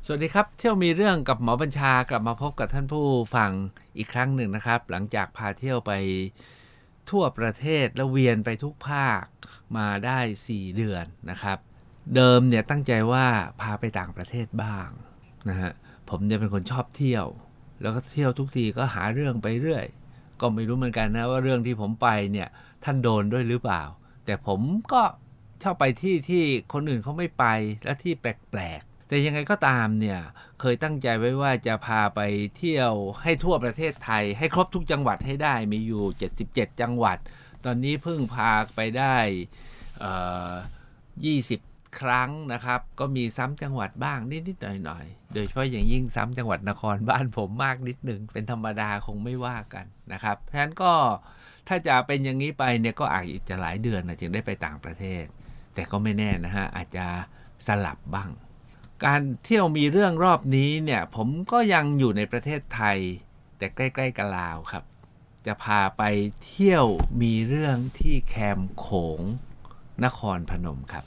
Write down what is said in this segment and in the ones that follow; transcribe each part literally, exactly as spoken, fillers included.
สวัสดีครับเที่ยวมีเรื่องกับหมอบัญชากลับมาพบกับท่านผู้ฟังอีกครั้งหนึ่งนะครับหลังจากพาเที่ยวไปทั่วประเทศแล้วเวียนไปทุกภาคมาได้สี่เดือนนะครับเดิมเนี่ยตั้งใจว่าพาไปต่างประเทศบ้างนะฮะผมเนี่ยเป็นคนชอบเที่ยวแล้วก็เที่ยวทุกทีก็หาเรื่องไปเรื่อยก็ไม่รู้เหมือนกันนะว่าเรื่องที่ผมไปเนี่ยท่านโดนด้วยหรือเปล่าแต่ผมก็ชอบไปที่ที่คนอื่นเขาไม่ไปและที่แปลกๆแต่ยังไงก็ตามเนี่ยเคยตั้งใจไว้ว่าจะพาไปเที่ยวให้ทั่วประเทศไทยให้ครบทุกจังหวัดให้ได้มีอยู่เจ็ดสิบเจ็ดจังหวัดตอนนี้เพิ่งพาไปได้เอ่อยี่สิบครั้งนะครับก็มีซ้ำจังหวัดบ้างนิดๆหน่อยๆโดยเฉพาะอย่างยิ่งซ้ำจังหวัดนครบ้านผมมากนิดหนึ่งเป็นธรรมดาคงไม่ว่ากันนะครับเพราะฉะนั้นก็ถ้าจะเป็นอย่างนี้ไปเนี่ยก็อาจจะหลายเดือนนะจึงได้ไปต่างประเทศแต่ก็ไม่แน่นะฮะอาจจะสลับบ้างการเที่ยวมีเรื่องรอบนี้เนี่ยผมก็ยังอยู่ในประเทศไทยแต่ใกล้ๆกับลาวครับจะพาไปเที่ยวมีเรื่องที่แคมป์โขงนครพนมครับ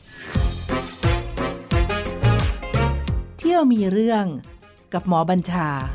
เที่ยวมีเรื่องกับหมอบัญชา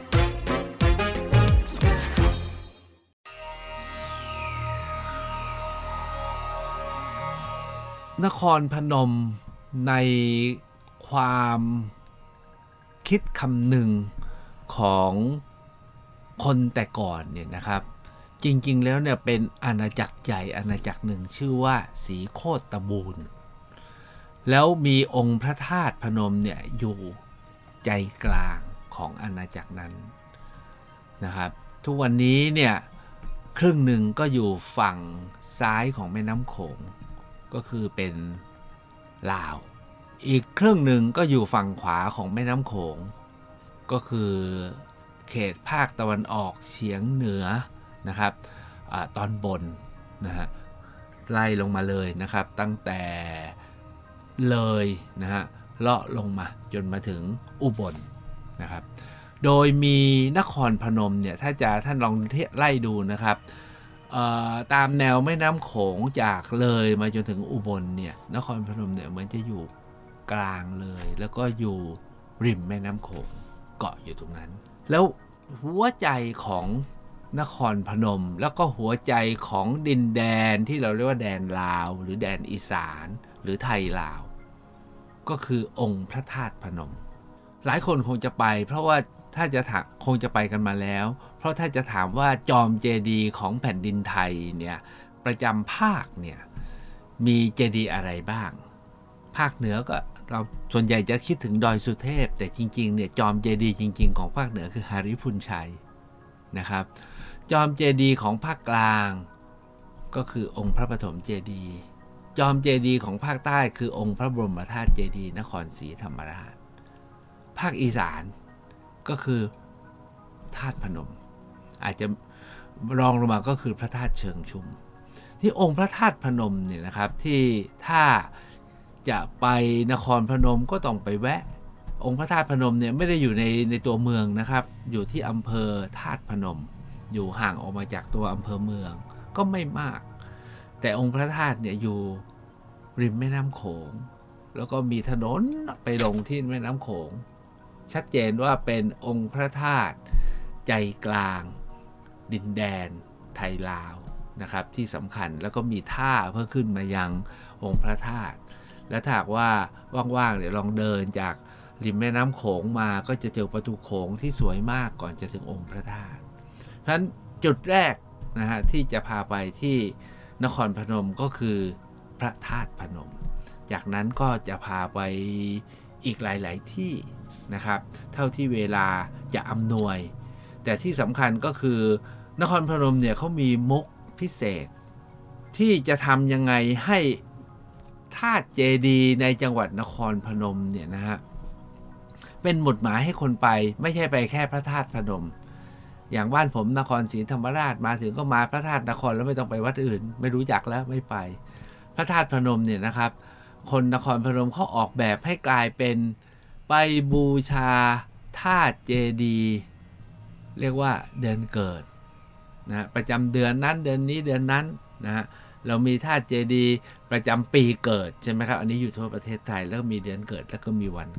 นครพนมในความคิดคำหนึ่งของคนแต่ก่อนเนี่ยนะครับจริงๆแล้วเนี่ยเป็นอาณาจักรใหญ่อาณาจักรหนึ่งชื่อว่าศรีโคตบูรณ์แล้วมีองค์พระธาตุพนมเนี่ยอยู่ใจกลางของอาณาจักรนั้นนะครับทุกวันนี้เนี่ยครึ่งหนึ่งก็อยู่ฝั่งซ้ายของแม่น้ำโขงก็คือเป็นลาวอีกครึ่งหนึ่งก็อยู่ฝั่งขวาของแม่น้ำโขงก็คือเขตภาคตะวันออกเฉียงเหนือนะครับอตอนบนนะฮะไล่ลงมาเลยนะครับตั้งแต่เลยนะฮะเลาะลงมาจนมาถึงอุบลนะครับโดยมีนครพนมเนี่ยถ้าจะท่านลองไล่ดูนะครับตามแนวแม่น้ำโขงจากเลยมาจนถึงอุบลเนี่ยนครพนมเนี่ยเหมือนจะอยู่กลางเลยแล้วก็อยู่ริมแม่น้ำโขงเกาะอยู่ตรงนั้นแล้วหัวใจของนครพนมแล้วก็หัวใจของดินแดนที่เราเรียกว่าแดนลาวหรือแดนอีสานหรือไทยลาวก็คือองค์พระธาตุพนมหลายคนคงจะไปเพราะว่าถ้าจะถามคงจะไปกันมาแล้วเพราะถ้าจะถามว่าจอมเจดีย์ของแผ่นดินไทยเนี่ยประจำภาคเนี่ยมีเจดีย์อะไรบ้างภาคเหนือก็เราส่วนใหญ่จะคิดถึงดอยสุเทพแต่จริงๆเนี่ยจอมเจดีย์จริงๆของภาคเหนือคือหาริพุนชัยนะครับจอมเจดีย์ของภาคกลางก็คือองค์พระปฐมเจดีย์จอมเจดีย์ของภาคใต้คือองค์พระบรมธาตุเจดีย์นครศรีธรรมราชภาคอีสานก็คือธาตุพนมอาจจะรองลงมาก็คือพระธาตุเชิงชุมที่องค์พระธาตุพนมเนี่ยนะครับที่ถ้าจะไปนครพนมก็ต้องไปแวะองค์พระธาตุพนมเนี่ยไม่ได้อยู่ในในตัวเมืองนะครับอยู่ที่อำเภอธาตุพนมอยู่ห่างออกมาจากตัวอำเภอเมืองก็ไม่มากแต่องค์พระธาตุเนี่ยอยู่ริมแม่น้ำโขงแล้วก็มีถนนไปลงที่แม่น้ำโขงชัดเจนว่าเป็นองค์พระธาตุใจกลางดินแดนไทยลาวนะครับที่สำคัญแล้วก็มีท่าเพื่อขึ้นมายังองค์พระธาตุและถ้าหากว่าว่างๆเดี๋ยวลองเดินจากริมแม่น้ำโขงมาก็จะเจอประตูโขงที่สวยมากก่อนจะถึงองค์พระธาตุเพราะฉะนั้นจุดแรกนะฮะที่จะพาไปที่นครพนมก็คือพระธาตุพนมจากนั้นก็จะพาไปอีกหลายๆที่นะครับเท่าที่เวลาจะอำนวยแต่ที่สำคัญก็คือนครพนมเนี่ยเขามีมุกพิเศษที่จะทำยังไงให้ธาตุเจดีย์ในจังหวัดนครพนมเนี่ยนะฮะเป็นหมุดหมายให้คนไปไม่ใช่ไปแค่พระธาตุพนมอย่างบ้านผมนครศรีธรรมราชมาถึงก็มาพระธาตุนครแล้วไม่ต้องไปวัดอื่นไม่รู้จักแล้วไม่ไปพระธาตุพนมเนี่ยนะครับคนนครพนมเขาออกแบบให้กลายเป็นไปบูชาธาตุเจดีย์เรียกว่าเดือนเกิดนะประจำเดือนนั้นเดือนนี้เดือนนั้นนะฮะเรามีธาตุเจดีย์ประจำปีเกิดใช่ไหมครับอันนี้อยู่ทั่วประเทศไทยแล้วมีเดือนเกิดแล้วก็มีวันเกิด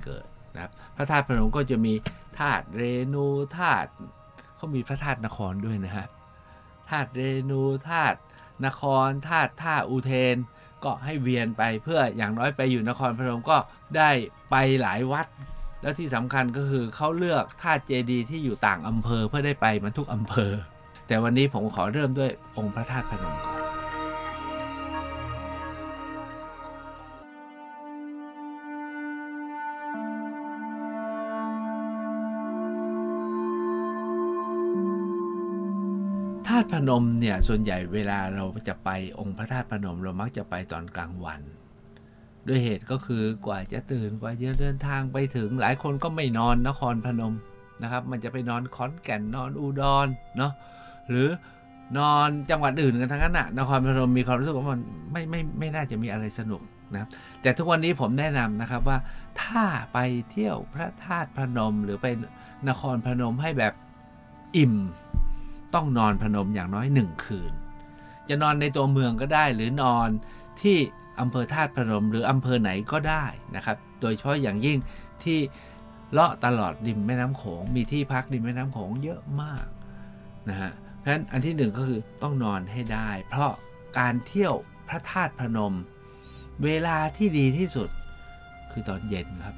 นะครับพระธาตุพนมก็จะมีธาตุเรนูธาตุเขามีพระธาตุนครด้วยนะฮะธาตุเรนูธาตุนครธาตุท่าอุเทนก็ให้เวียนไปเพื่ออย่างน้อยไปอยู่นครพนมก็ได้ไปหลายวัดแล้วที่สำคัญก็คือเขาเลือกธาตุเจดีย์ที่อยู่ต่างอำเภอเพื่อได้ไปมันทุกอำเภอแต่วันนี้ผมขอเริ่มด้วยองค์พระธาตุพนมก่อนธาตุพนมเนี่ยส่วนใหญ่เวลาเราจะไปองค์พระธาตุพนมเรามักจะไปตอนกลางวันด้วยเหตุก็คือกว่าจะตื่นกว่าจะเดินทางไปถึงหลายคนก็ไม่นอนนครพนมนะครับมันจะไปนอนขอนแก่นนอนอุดรเนาะหรือนอนจังหวัดอื่นกันทั้งนั้นน่ะนครพนมมีความรู้สึกว่ามันไม่ไม่ไม่น่าจะมีอะไรสนุกนะครับแต่ทุกวันนี้ผมแนะนำนะครับว่าถ้าไปเที่ยวพระธาตุพนมหรือไปนครพนมให้แบบอิ่มต้องนอนพนมอย่างน้อยหนึ่งคืนจะนอนในตัวเมืองก็ได้หรือนอนที่อำเภอธาตุพนมหรืออำเภอไหนก็ได้นะครับโดยเฉพาะอย่างยิ่งที่เลาะตลอดริมแม่น้ำโขงมีที่พักริมแม่น้ำโขงเยอะมากนะฮะเพราะฉะนั้นอันที่หนึ่งก็คือต้องนอนให้ได้เพราะการเที่ยวพระธาตุพนมเวลาที่ดีที่สุดคือตอนเย็นครับ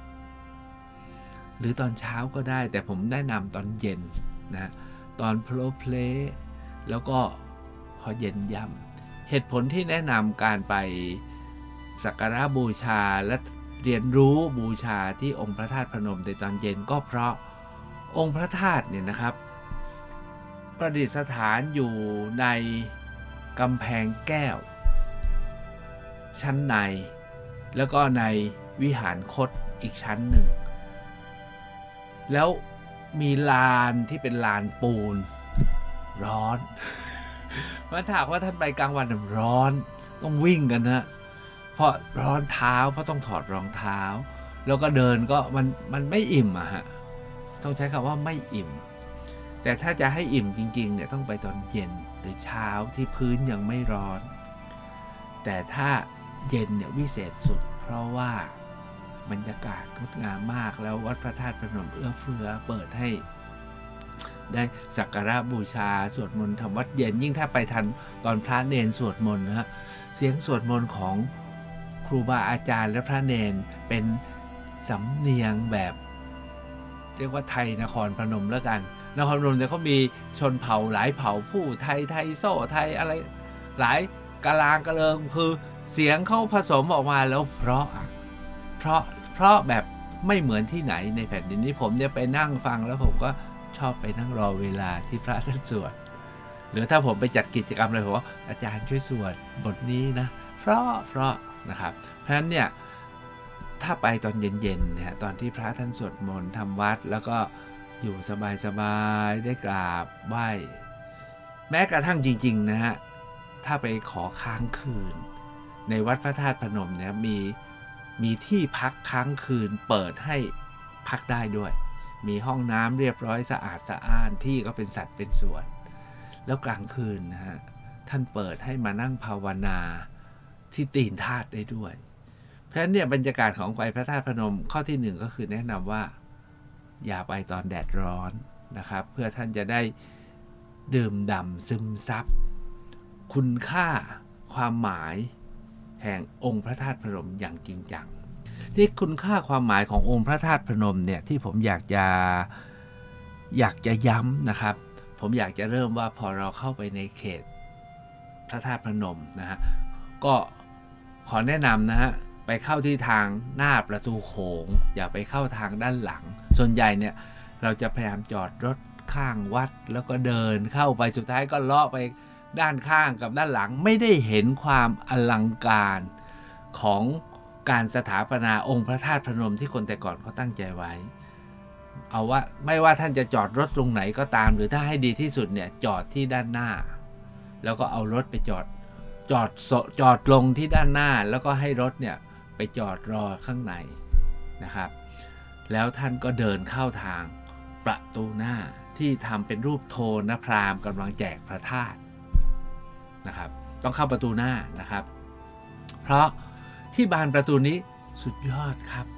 หรือตอนเช้าก็ได้แต่ผมแนะนำตอนเย็นนะตอนโพลเพลแล้วก็พอเย็นย่ำเหตุผลที่แนะนำการไปสักการะบูชาและเรียนรู้บูชาที่องค์พระธาตุพนมในตอนเย็นก็เพราะองค์พระธาตุเนี่ยนะครับประดิษฐานอยู่ในกำแพงแก้วชั้นในแล้วก็ในวิหารคตอีกชั้นหนึ่งแล้วมีลานที่เป็นลานปูนร้อนมาถามว่าท่านไปกลางวันร้อนต้องวิ่งกันนะเพราะร้อนเท้าเพราะต้องถอดรองเท้าแล้วก็เดินก็มันมันไม่อิ่มอะฮะต้องใช้คำว่าไม่อิ่มแต่ถ้าจะให้อิ่มจริงๆเนี่ยต้องไปตอนเย็นหรือเช้าที่พื้นยังไม่ร้อนแต่ถ้าเย็นเนี่ยวิเศษสุดเพราะว่าบรรยากาศงดงามมากแล้ววัดพระธาตุพนมเอื้อเฟื้อเปิดให้ได้สักการะบูชาสวดมนต์ทำวัดเย็นยิ่งถ้าไปทันตอนพระเนรสวดมนต์นะฮะเสียงสวดมนต์ของครูบาอาจารย์และพระเนรเป็นสำเนียงแบบเรียกว่าไทยนครพนมแล้วกันนครพนมเนี่ยเขามีชนเผ่าหลายเผ่าผู้ไทยไทยโซ่ไทยอะไรหลายกะลางกะเลิงคือเสียงเขาผสมออกมาแล้วเพราะเพราะเพราะแบบไม่เหมือนที่ไหนในแผ่นดินนี้ผมเนี่ยไปนั่งฟังแล้วผมก็ชอบไปนั่งรอเวลาที่พระท่านสวดหรือถ้าผมไปจัดกิจกรรมอะไรผมว่าอาจารย์ช่วยสวดบทนี้นะเพราะเพราะนะครับเพราะฉะนั้นเนี่ยถ้าไปตอนเย็นๆเนี่ยตอนที่พระท่านสวดมนต์ทำวัดแล้วก็อยู่สบายๆได้กราบไหว้แม้กระทั่งจริงๆนะฮะถ้าไปขอค้างคืนในวัดพระธาตุพนมเนี่ยมีมีที่พักค้างคืนเปิดให้พักได้ด้วยมีห้องน้ำเรียบร้อยสะอาดสะอ้านที่ก็เป็นสัดเป็นส่วนแล้วกลางคืนนะฮะท่านเปิดให้มานั่งภาวนาที่ตีนธาตุได้ด้วยเพราะฉะนั้นเนี่ยบรรยากาศของไปพระธาตุพนมข้อที่หนึ่งก็คือแนะนำว่าอย่าไปตอนแดดร้อนนะครับเพื่อท่านจะได้ดื่มด่ำซึมซับคุณค่าความหมายแห่งองค์พระธาตุพนมอย่างจริงจังที่คุณค่าความหมายขององค์พระธาตุพนมเนี่ยที่ผมอยากจะอยากจะย้ำนะครับผมอยากจะเริ่มว่าพอเราเข้าไปในเขตพระธาตุพนมนะฮะก็ขอแนะนำนะฮะไปเข้าที่ทางหน้าประตูโขงอย่าไปเข้าทางด้านหลังส่วนใหญ่เนี่ยเราจะพยายามจอดรถข้างวัดแล้วก็เดินเข้าไปสุดท้ายก็เลาะไปด้านข้างกับด้านหลังไม่ได้เห็นความอลังการของการสถาปนาองค์พระธาตุพนมที่คนแต่ก่อนเขาตั้งใจไว้เอาว่าไม่ว่าท่านจะจอดรถตรงไหนก็ตามหรือถ้าให้ดีที่สุดเนี่ยจอดที่ด้านหน้าแล้วก็เอารถไปจอดจอดจอดลงที่ด้านหน้าแล้วก็ให้รถเนี่ยไปจอดรอข้างในนะครับแล้วท่านก็เดินเข้าทางประตูหน้าที่ทำเป็นรูปโทนพราหมณ์กำลังแจกพระธาตุนะครับต้องเข้าประตูหน้านะครับเพราะที่บานประตูนี้สุดยอดครับ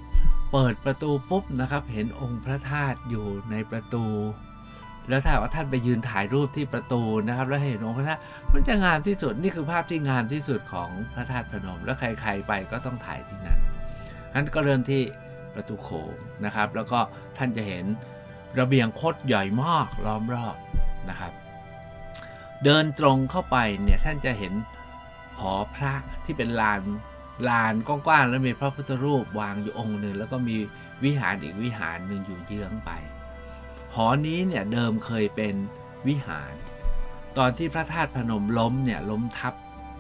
เปิดประตูปุ๊บนะครับเห็นองค์พระธาตุอยู่ในประตูแล้วถ้าว่าท่านไปยืนถ่ายรูปที่ประตูนะครับแล้วเห็นองค์พระธาตุมันจะงามที่สุดนี่คือภาพที่งามที่สุดของพระธาตุพนมแล้วใครๆไปก็ต้องถ่ายที่นั้นนั้นก็เริ่มที่ประตูโขงนะครับแล้วก็ท่านจะเห็นระเบียงคดใหญ่มากล้อมรอบนะครับเดินตรงเข้าไปเนี่ยท่านจะเห็นหอพระที่เป็นลานลานกว้างๆแล้วมีพระพุทธรูปวางอยู่องค์หนึ่งแล้วก็มีวิหารอีกวิหารหนึ่งอยู่เยื้องไปหอนี้เนี่ยเดิมเคยเป็นวิหารตอนที่พระธาตุพนมล้มเนี่ยล้มทับ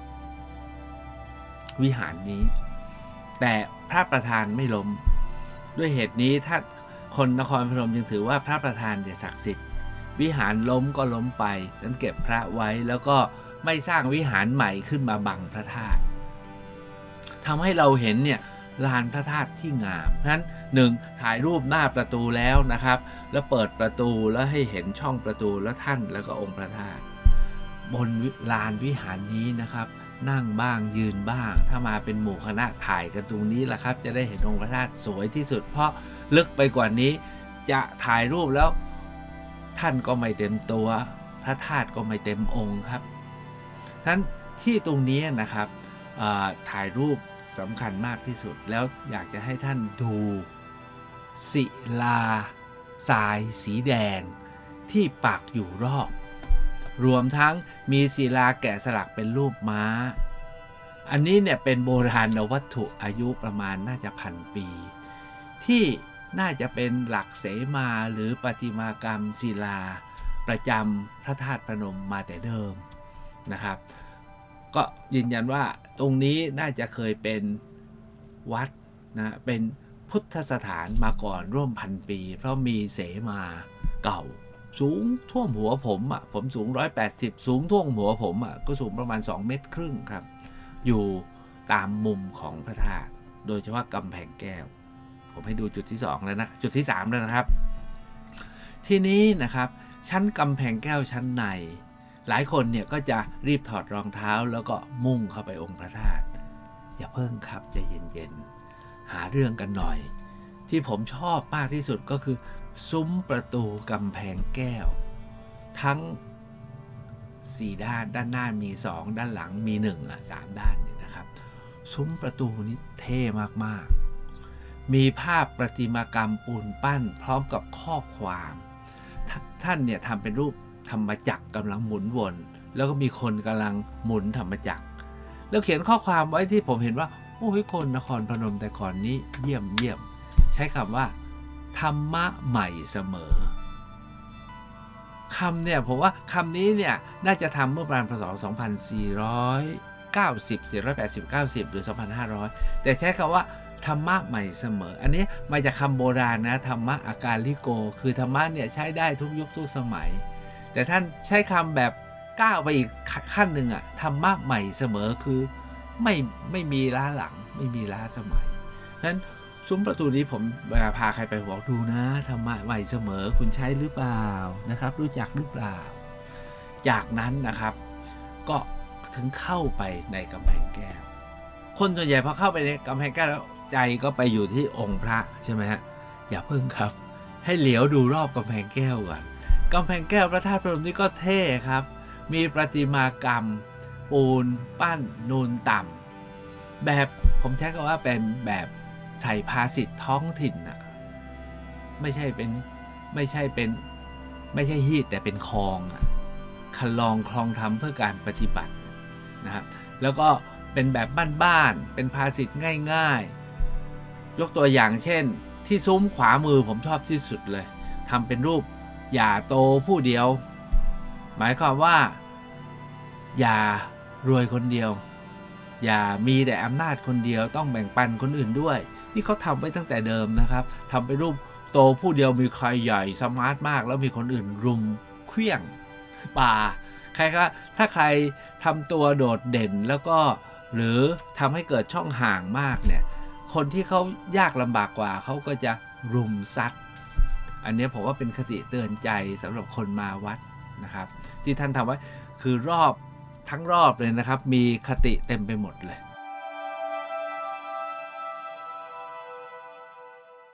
วิหารนี้แต่พระประธานไม่ล้มด้วยเหตุนี้ถ้าคนนครพนมจึงถือว่าพระประธานเนี่ยศักดิ์สิทธิ์วิหารล้มก็ล้มไปนั้นเก็บพระไว้แล้วก็ไม่สร้างวิหารใหม่ขึ้นมาบังพระธาตุทำให้เราเห็นเนี่ยลานพระธาตุที่งามนั้นหนึ่งถ่ายรูปหน้าประตูแล้วนะครับแล้วเปิดประตูแล้วให้เห็นช่องประตูแล้วท่านแล้วก็องค์พระธาตุบนลานวิหารนี้นะครับนั่งบ้างยืนบ้างถ้ามาเป็นหมู่คณะถ่ายกันตรงนี้แหละครับจะได้เห็นองค์พระธาตุสวยที่สุดเพราะลึกไปกว่านี้จะถ่ายรูปแล้วท่านก็ไม่เต็มตัวพระธาตุก็ไม่เต็มองค์ครับฉะนั้นที่ตรงนี้นะครับถ่ายรูปสำคัญมากที่สุดแล้วอยากจะให้ท่านดูศิลาทรายสีแดงที่ปักอยู่รอบรวมทั้งมีศิลาแกะสลักเป็นรูปม้าอันนี้เนี่ยเป็นโบราณวัตถุอายุประมาณน่าจะพันปีที่น่าจะเป็นหลักเสมาหรือประติมากรรมศิลาประจำพระธาตุพนมมาแต่เดิมนะครับก็ยืนยันว่าตรงนี้น่าจะเคยเป็นวัดนะเป็นพุทธสถานมาก่อนร่วมพันปีเพราะมีเสมาเก่าสูงท่วมหัวผมอ่ะผมสูงหนึ่งร้อยแปดสิบสูงท่วมหัวผมอ่ะก็สูงประมาณสองเมตรครึ่งครับอยู่ตามมุมของพระธาตุโดยเฉพาะกำแพงแก้วผมให้ดูจุดที่สองแล้วนะจุดที่สามแล้วนะครับที่นี้นะครับชั้นกำแพงแก้วชั้นในหลายคนเนี่ยก็จะรีบถอดรองเท้าแล้วก็มุ่งเข้าไปองค์พระธาตุอย่าเพิ่งครับใจเย็นๆหาเรื่องกันหน่อยที่ผมชอบมากที่สุดก็คือซุ้มประตูกำแพงแก้วทั้งสี่ด้านด้านหน้ามีสองด้านหลังมีหนึ่งอ่ะสามด้านเนี่ยนะครับซุ้มประตูนี้เท่มากๆมีภาพประติมากรรมปูนปั้นพร้อมกับข้อความท่านเนี่ยทำเป็นรูปธรรมจักรกำลังหมุนวนแล้วก็มีคนกำลังหมุนธรรมจักรแล้วเขียนข้อความไว้ที่ผมเห็นว่าโอ้ยคนนครพนมแต่ก่อนนี้เยี่ยมเยี่ยมใช้คำว่าธรรมะใหม่เสมอคำเนี่ยผมว่าคำนี้เนี่ยน่าจะทำเมื่อประมาณพ.ศ. สองพันสี่ร้อยเก้าสิบ สี่ร้อยแปดสิบ เก้าสิบหรือ สองพันห้าร้อย แต่ใช้คำว่าธรรมะใหม่เสมออันนี้มาจากคำโบราณนะธรรมะอาการลิโกคือธรรมะเนี่ยใช้ได้ทุกยุคทุกสมัยแต่ท่านใช้คำแบบก้าวไปอีกขั้นหนึ่งอะธรรมะใหม่เสมอคือไม่ไม่มีล้าหลังไม่มีล้าสมัยฉะนั้นซุ้มประตูนี้ผมเวลาพาใครไปบอกดูนะธรรมะใหม่เสมอคุณใช้หรือเปล่านะครับรู้จักหรือเปล่าจากนั้นนะครับก็ถึงเข้าไปในกำแพงแก้วคนส่วนใหญ่พอเข้าไปในกำแพงแก้วแล้วใจก็ไปอยู่ที่องค์พระใช่ไหมฮะอย่าเพิ่งครับให้เหลียวดูรอบกำแพงแก้วก่อนกำแพงแก้วพระธาตุพนมนี่ก็เท่ครับมีประติมากรรมปูนปั้นนูนต่ำแบบผมใช้คำว่าเป็นแบบใส่ภาษิตท้องถิ่นอ่ะไม่ใช่เป็นไม่ใช่เป็นไม่ใช่ฮีดแต่เป็นคลองอ่ะคันลองคลองทำเพื่อการปฏิบัตินะครับแล้วก็เป็นแบบบ้านๆเป็นภาษิตง่ายๆยกตัวอย่างเช่นที่ซุ้มขวามือผมชอบที่สุดเลยทำเป็นรูปอย่าโตผู้เดียวหมายความว่าอย่ารวยคนเดียวอย่ามีแต่อำนาจคนเดียวต้องแบ่งปันคนอื่นด้วยนี่เขาทำไว้ตั้งแต่เดิมนะครับทำเป็นรูปโตผู้เดียวมีใครใหญ่สมาร์ทมากแล้วมีคนอื่นรุมเคลี้ยงป่าใครก็ถ้าใครทำตัวโดดเด่นแล้วก็หรือทำให้เกิดช่องห่างมากเนี่ยคนที่เขายากลำบากกว่าเขาก็จะรุมซัดอันนี้ผมว่าเป็นคติเตือนใจสำหรับคนมาวัดนะครับที่ท่านทำไว้คือรอบทั้งรอบเลยนะครับมีคติเต็มไปหมดเลย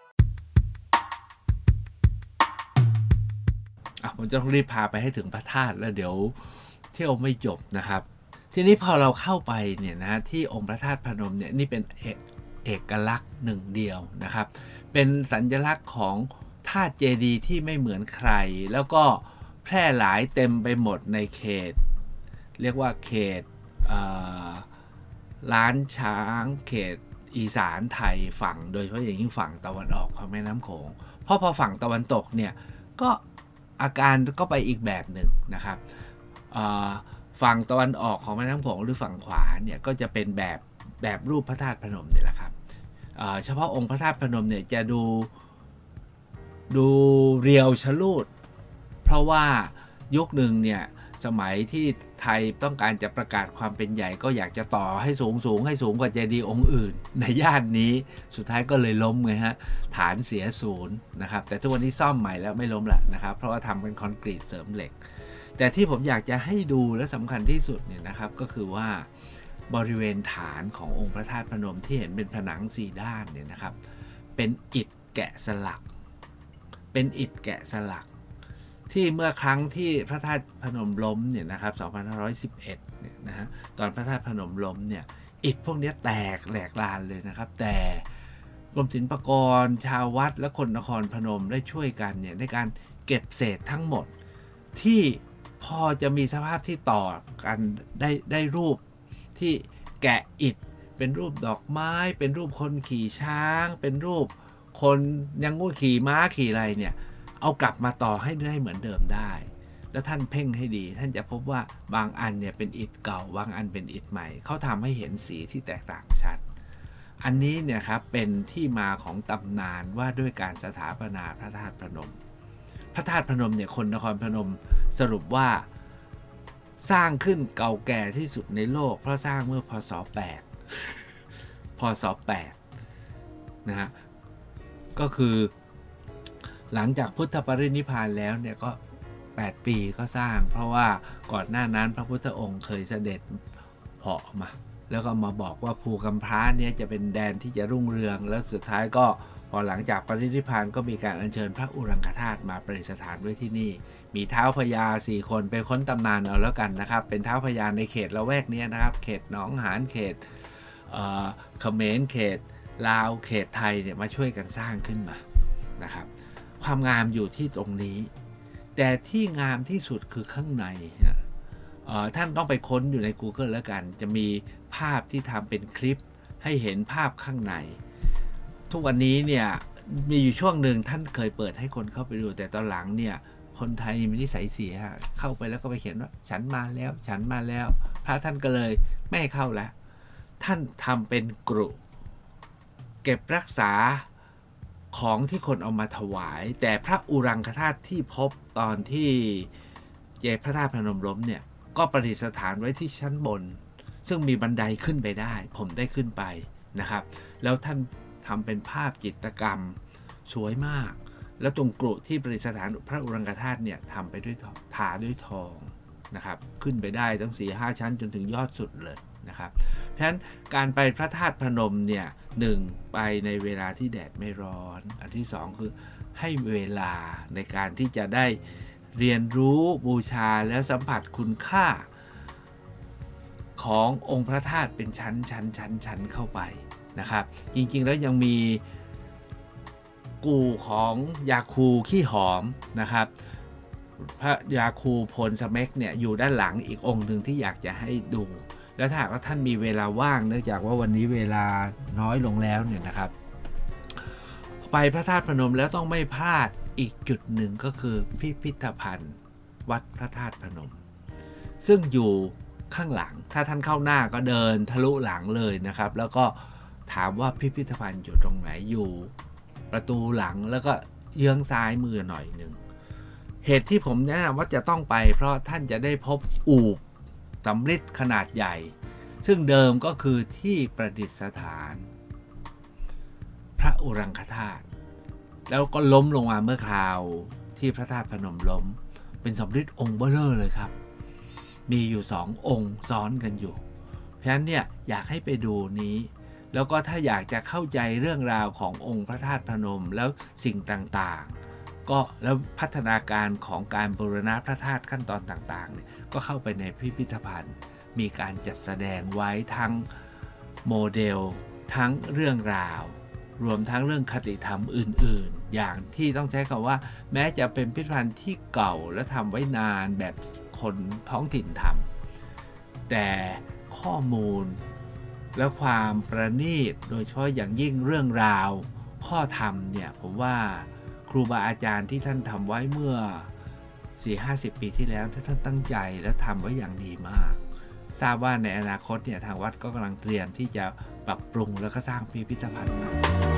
ผมจะต้องรีบพาไปให้ถึงพระธาตุแล้วเดี๋ยวเที่ยวไม่จบนะครับทีนี้พอเราเข้าไปเนี่ยนะที่องค์พระธาตุพนมเนี่ยนี่เป็นเอกเอกลักษณ์หนึ่งเดียวนะครับเป็นสัญลักษณ์ของธาตุเจดีย์ที่ไม่เหมือนใครแล้วก็แพร่หลายเต็มไปหมดในเขตเรียกว่าเขตล้านช้างเขตอีสานไทยฝั่งโดยเฉพาะอย่างยิ่งฝั่งตะวันออกของแม่น้ำโขงเพราะพอฝั่งตะวันตกเนี่ยก็อาการก็ไปอีกแบบหนึ่งนะครับฝั่งตะวันออกของแม่น้ำโขงหรือฝั่งขวาเนี่ยก็จะเป็นแบบแบบรูปพระธาตุพนมนี่แหละครับเฉพาะองค์พระธาตุพนมเนี่ยจะดูดูเรียวชะลูดเพราะว่ายุคหนึ่งเนี่ยสมัยที่ไทยต้องการจะประกาศความเป็นใหญ่ก็อยากจะต่อให้สูงสูงให้สูงกว่าเจดีย์องค์อื่นในย่านนี้สุดท้ายก็เลยล้มไงฮะฐานเสียศูนย์นะครับแต่ทุกวันนี้ซ่อมใหม่แล้วไม่ล้มละนะครับเพราะว่าทำเป็นคอนกรีตเสริมเหล็กแต่ที่ผมอยากจะให้ดูและสำคัญที่สุดเนี่ยนะครับก็คือว่าบริเวณฐานขององค์พระธาตุพนมที่เห็นเป็นผนังสี่ด้านเนี่ยนะครับเป็นอิฐแกะสลักเป็นอิฐแกะสลักที่เมื่อครั้งที่พระธาตุพนมล้มเนี่ยนะครับสองพันห้าร้อยสิบเอ็ดเนี่ยนะฮะตอนพระธาตุพนมล้มเนี่ยอิฐพวกนี้แตกแหลกลานเลยนะครับแต่กรมศิลปากรชาววัดและคนนครพนมได้ช่วยกันเนี่ยในการเก็บเศษทั้งหมดที่พอจะมีสภาพที่ต่อกันได้ได้รูปที่แกะอิฐเป็นรูปดอกไม้เป็นรูปคนขี่ช้างเป็นรูปคนยังงูขี่ม้าขี่อะไรเนี่ยเอากลับมาต่อให้ได้เหมือนเดิมได้แล้วท่านเพ่งให้ดีท่านจะพบว่าบางอันเนี่ยเป็นอิฐเก่าบางอันเป็นอิฐใหม่เขาทำให้เห็นสีที่แตกต่างชัดอันนี้เนี่ยครับเป็นที่มาของตำนานว่าด้วยการสถาปนาพระธาตุพนมพระธาตุพนมเนี่ยคนนครพนมสรุปว่าสร้างขึ้นเก่าแก่ที่สุดในโลกเพราะสร้างเมื่อพศแปดพศแปดนะฮะก็คือหลังจากพุทธปรินิพพานแล้วเนี่ยก็แปดปีก็สร้างเพราะว่าก่อนหน้านั้นพระพุทธองค์เคยเสด็จเหาะมาแล้วก็มาบอกว่าภูกำพร้าเนี่ยจะเป็นแดนที่จะรุ่งเรืองแล้วสุดท้ายก็พอหลังจากปรินิพพานก็มีการอัญเชิญพระอุรังคธาตุมาประดิษฐานไว้ที่นี่มีท้าวพญาสี่คนไปค้นตำนานเอาแล้วกันนะครับเป็นท้าวพญาในเขตละแวกนี้นะครับเขตหนองหานเขตเขมรเขตลาวเขตไทยเนี่ยมาช่วยกันสร้างขึ้นมานะครับความงามอยู่ที่ตรงนี้แต่ที่งามที่สุดคือข้างในท่านต้องไปค้นอยู่ใน Google แล้วกันจะมีภาพที่ทำเป็นคลิปให้เห็นภาพข้างในทุกวันนี้เนี่ยมีอยู่ช่วงหนึ่งท่านเคยเปิดให้คนเข้าไปดูแต่ตอนหลังเนี่ยคนไทยมีนิสัยเสียเข้าไปแล้วก็ไปเขียนว่าฉันมาแล้วฉันมาแล้วพระท่านก็เลยไม่ให้เข้าแล้วท่านทำเป็นกรุเก็บรักษาของที่คนเอามาถวายแต่พระอุรังคธาตุที่พบตอนที่เจพระธาตุพนมล้มเนี่ยก็ประดิษฐานไว้ที่ชั้นบนซึ่งมีบันไดขึ้นไปได้ผมได้ขึ้นไปนะครับแล้วท่านทำเป็นภาพจิตรกรรมสวยมากแล้วตรงกรุที่ประดิษฐานพระอุรังคธาตุเนี่ยทำไปด้วยทาด้วยทองนะครับขึ้นไปได้ตั้ง สี่ห้า ชั้นจนถึงยอดสุดเลยนะครับเพราะฉะนั้นการไปพระธาตุพนมเนี่ยหนึ่งไปในเวลาที่แดดไม่ร้อนอันที่สองคือให้เวลาในการที่จะได้เรียนรู้บูชาและสัมผัสคุณค่าขององค์พระธาตุเป็นชั้นชั้นชั้นชั้นเข้าไปนะครับจริงๆแล้วยังมีกู่ของยาคูขี้หอมนะครับพระยาคูพลสเมกเนี่ยอยู่ด้านหลังอีกองค์หนึ่งที่อยากจะให้ดูแล้วถ้าหากว่าท่านมีเวลาว่างเนื่องจากว่าวันนี้เวลาน้อยลงแล้วเนี่ยนะครับไปพระธาตุพนมแล้วต้องไม่พลาดอีกจุดหนึ่งก็คือพิพิธภัณฑ์วัดพระธาตุพนมซึ่งอยู่ข้างหลังถ้าท่านเข้าหน้าก็เดินทะลุหลังเลยนะครับแล้วก็ถามว่าพิพิธภัณฑ์อยู่ตรงไหนอยู่ประตูหลังแล้วก็เยื้องซ้ายมือหน่อยหนึ่งเหตุที่ผมแนะนำว่าจะต้องไปเพราะท่านจะได้พบอูฐสำริดขนาดใหญ่ซึ่งเดิมก็คือที่ประดิษฐานพระอุรังคธาตุแล้วก็ล้มลงมาเมื่อคราวที่พระธาตุพนมล้มเป็นสำริดองค์เบ้อเร่อเลยครับมีอยู่สององค์ซ้อนกันอยู่เพราะฉะนั้นเนี่ยอยากให้ไปดูนี้แล้วก็ถ้าอยากจะเข้าใจเรื่องราวขององค์พระธาตุพนมแล้วสิ่งต่างๆก็แล้วพัฒนาการของการบูรณะพระธาตุขั้นตอนต่างๆเนี่ยก็เข้าไปในพิพิธภัณฑ์มีการจัดแสดงไว้ทั้งโมเดลทั้งเรื่องราวรวมทั้งเรื่องคติธรรมอื่นๆอย่างที่ต้องใช้คำว่าแม้จะเป็นพิพิธภัณฑ์ที่เก่าและทำไว้นานแบบคนท้องถิ่นทำแต่ข้อมูลและความประณีตโดยเฉพาะอย่างยิ่งเรื่องราวข้อธรรมเนี่ยผมว่าครูบาอาจารย์ที่ท่านทำไว้เมื่อ สี่ห้าสิบ ปีที่แล้วท่านตั้งใจและทำไว้อย่างดีมากทราบว่าในอนาคตเนี่ยทางวัดก็กำลังเตรียมที่จะปรับปรุงแล้วก็สร้างพิพิธภัณฑ์ใหม่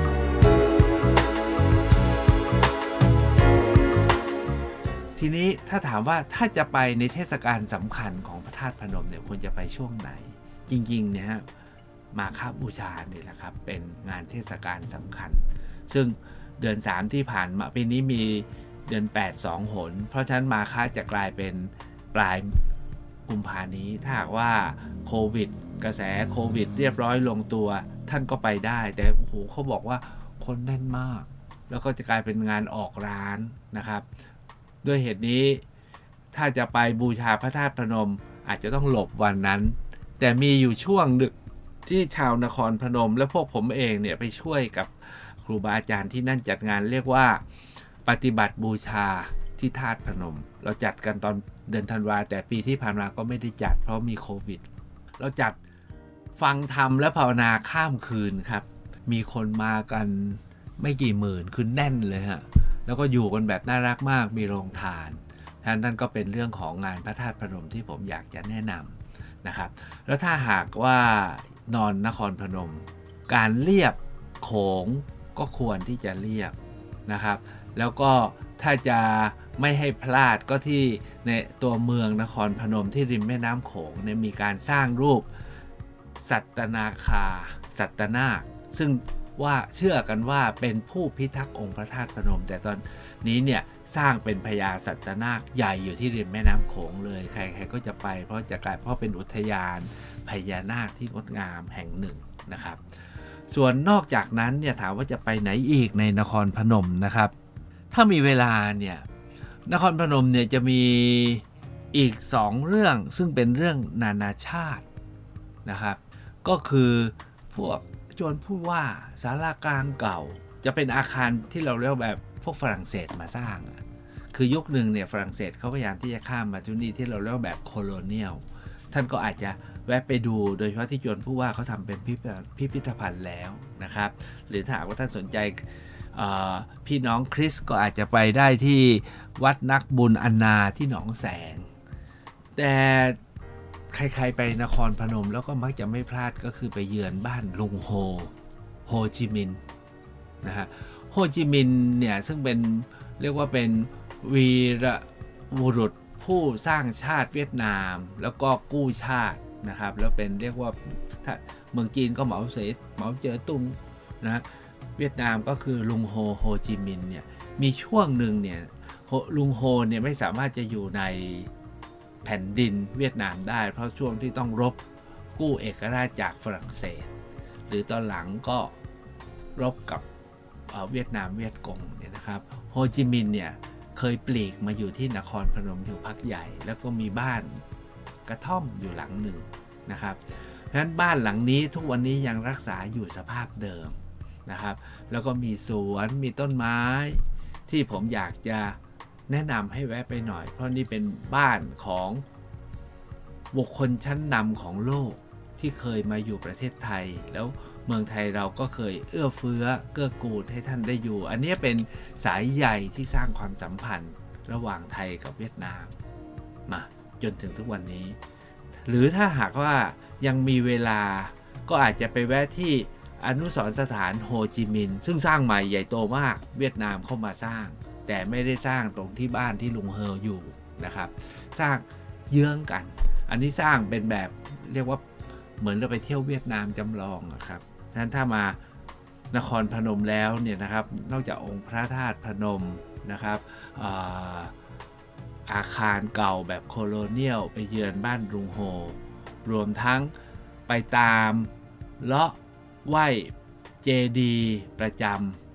ทีนี้ถ้าถามว่าถ้าจะไปในเทศกาลสำคัญของพระธาตุพนมเนี่ยควรจะไปช่วงไหนจริงๆเนี่ยฮะมาฆบูชาเนี่ยแหละครับเป็นงานเทศกาลสำคัญซึ่งเดือนสามที่ผ่านมาปีนี้มีเดือนแปด สองหนเพราะฉะนั้นมาฆจะกลายเป็นปลายกุมภานี้ถ้าหากว่าโควิดกระแสโควิดเรียบร้อยลงตัวท่านก็ไปได้แต่โอ้โหเขาบอกว่าคนแน่นมากแล้วก็จะกลายเป็นงานออกร้านนะครับด้วยเหตุนี้ถ้าจะไปบูชาพระธาตุพนมอาจจะต้องหลบวันนั้นแต่มีอยู่ช่วงหนึ่งที่ชาวนครพนมและพวกผมเองเนี่ยไปช่วยกับครูบาอาจารย์ที่นั่นจัดงานเรียกว่าปฏิบัติบูชาที่ธาตุพนมเราจัดกันตอนเดือนธันวาแต่ปีที่ผ่านมาก็ไม่ได้จัดเพราะมีโควิดเราจัดฟังธรรมและภาวนาข้ามคืนครับมีคนมากันไม่กี่หมื่นคือแน่นเลยฮะแล้วก็อยู่กันแบบน่ารักมากมีโรงทานท่านนั่นก็เป็นเรื่องของงานพระธาตุพนมที่ผมอยากจะแนะนำนะครับแล้วถ้าหากว่านอนนครพนมการเลียบโขงก็ควรที่จะเลียบนะครับแล้วก็ถ้าจะไม่ให้พลาดก็ที่ในตัวเมืองนครพนมที่ริมแม่น้ำโขงเนี่ยมีการสร้างรูปสัตนาคาสัตนาคซึ่งว่าเชื่อกันว่าเป็นผู้พิทักษ์องค์พระธาตุพนมแต่ตอนนี้เนี่ยสร้างเป็นพญาสัตนาคใหญ่อยู่ที่ริมแม่น้ำโขงเลยใครๆก็จะไปเพราะจะกลายเพราะเป็นอุทยานพญานาคที่งดงามแห่งหนึ่งนะครับส่วนนอกจากนั้นเนี่ยถามว่าจะไปไหนอีกในนครพนมนะครับถ้ามีเวลาเนี่ยนครพนมเนี่ยจะมีอีกสองเรื่องซึ่งเป็นเรื่องนานาชาตินะครับก็คือพวกจวนผู้ว่าศาลากลางเก่าจะเป็นอาคารที่เราเรียกแบบพวกฝรั่งเศสมาสร้างคือยุคหนึ่งเนี่ยฝรั่งเศสเขาพยายามที่จะข้ามมาที่นี่ที่เราเรียกแบบโคโลเนียลท่านก็อาจจะแวะไปดูโดยเฉพาะที่จวนผู้ว่าเขาทำเป็นพิพิธภัณฑ์แล้วนะครับหรือถ้าหากว่าท่านสนใจพี่น้องคริสก็อาจจะไปได้ที่วัดนักบุญอันนาที่หนองแสงแต่ใครๆไปนครพนมแล้วก็มักจะไม่พลาดก็คือไปเยือนบ้านลุงโฮโฮจิมินห์นะฮะโฮจิมินห์เนี่ยซึ่งเป็นเรียกว่าเป็นวีรบุรุษผู้สร้างชาติเวียดนามแล้วก็กู้ชาตินะครับแล้วเป็นเรียกว่าถ้าเมืองจีนก็เหมาเสดเหมาเจ๋อตุงนะเวียดนามก็คือลุงโฮโฮจิมินห์เนี่ยมีช่วงหนึ่งเนี่ยลุงโฮเนี่ยไม่สามารถจะอยู่ในแผ่นดินเวียดนามได้เพราะช่วงที่ต้องรบกู้เอกราชจากฝรั่งเศสหรือตอนหลังก็รบกับเวียดนามเวียดกงเนี่ยนะครับโฮจิมินห์เนี่ยเคยปลีกมาอยู่ที่นครพนมอยู่พักใหญ่แล้วก็มีบ้านกระท่อมอยู่หลังหนึ่งนะครับเพราะฉะนั้นบ้านหลังนี้ทุกวันนี้ยังรักษาอยู่สภาพเดิมนะครับแล้วก็มีสวนมีต้นไม้ที่ผมอยากจะแนะนำให้แวะไปหน่อยเพราะนี่เป็นบ้านของบุคคลชั้นนำของโลกที่เคยมาอยู่ประเทศไทยแล้วเมืองไทยเราก็เคยเอื้อเฟื้อเกื้อกูลให้ท่านได้อยู่อันนี้เป็นสายใยที่สร้างความสัมพันธ์ระหว่างไทยกับเวียดนามมาจนถึงทุกวันนี้หรือถ้าหากว่ายังมีเวลาก็อาจจะไปแวะที่อนุสรณ์สถานโฮจิมินห์ซึ่งสร้างใหม่ใหญ่โตมากเวียดนามเข้ามาสร้างแต่ไม่ได้สร้างตรงที่บ้านที่ลุงเฮออยู่นะครับสร้างเยื้องกันอันนี้สร้างเป็นแบบเรียกว่าเหมือนเราไปเที่ยวเวียดนามจำลองครับฉะนั้นถ้ามานครพนมแล้วเนี่ยนะครับนอกจากองค์พระธาตุพนมนะครับอาอาคารเก่าแบบโคโลเนียลไปเยือนบ้านลุงโฮรวมทั้งไปตามเลาะไหว้เจดีย์ประจ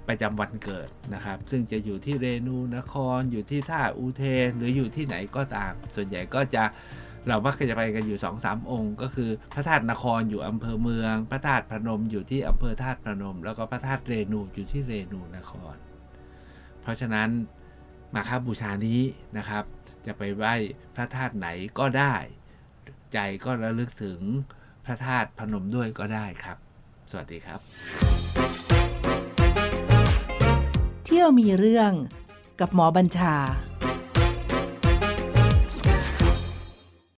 ประจำวันเกิดนะครับซึ่งจะอยู่ที่เรนูนครอยู่ที่ท่าอุเทนหรืออยู่ที่ไหนก็ตามส่วนใหญ่ก็จะเรามักจะไปกันอยู่ สองสาม องค์ก็คือพระธาตุนครอยู่อำเภอเมืองพระธาตุพนมอยู่ที่อำเภอธาตุพนมแล้วก็พระธาตุเรนูอยู่ที่เรนูนครเพราะฉะนั้นมาฆบูชานี้นะครับจะไปไหว้พระธาตุไหนก็ได้ใจก็ระลึกถึงพระธาตุพนมด้วยก็ได้ครับสวัสดีครับเที่ยวมีเรื่องกับหมอบัญชา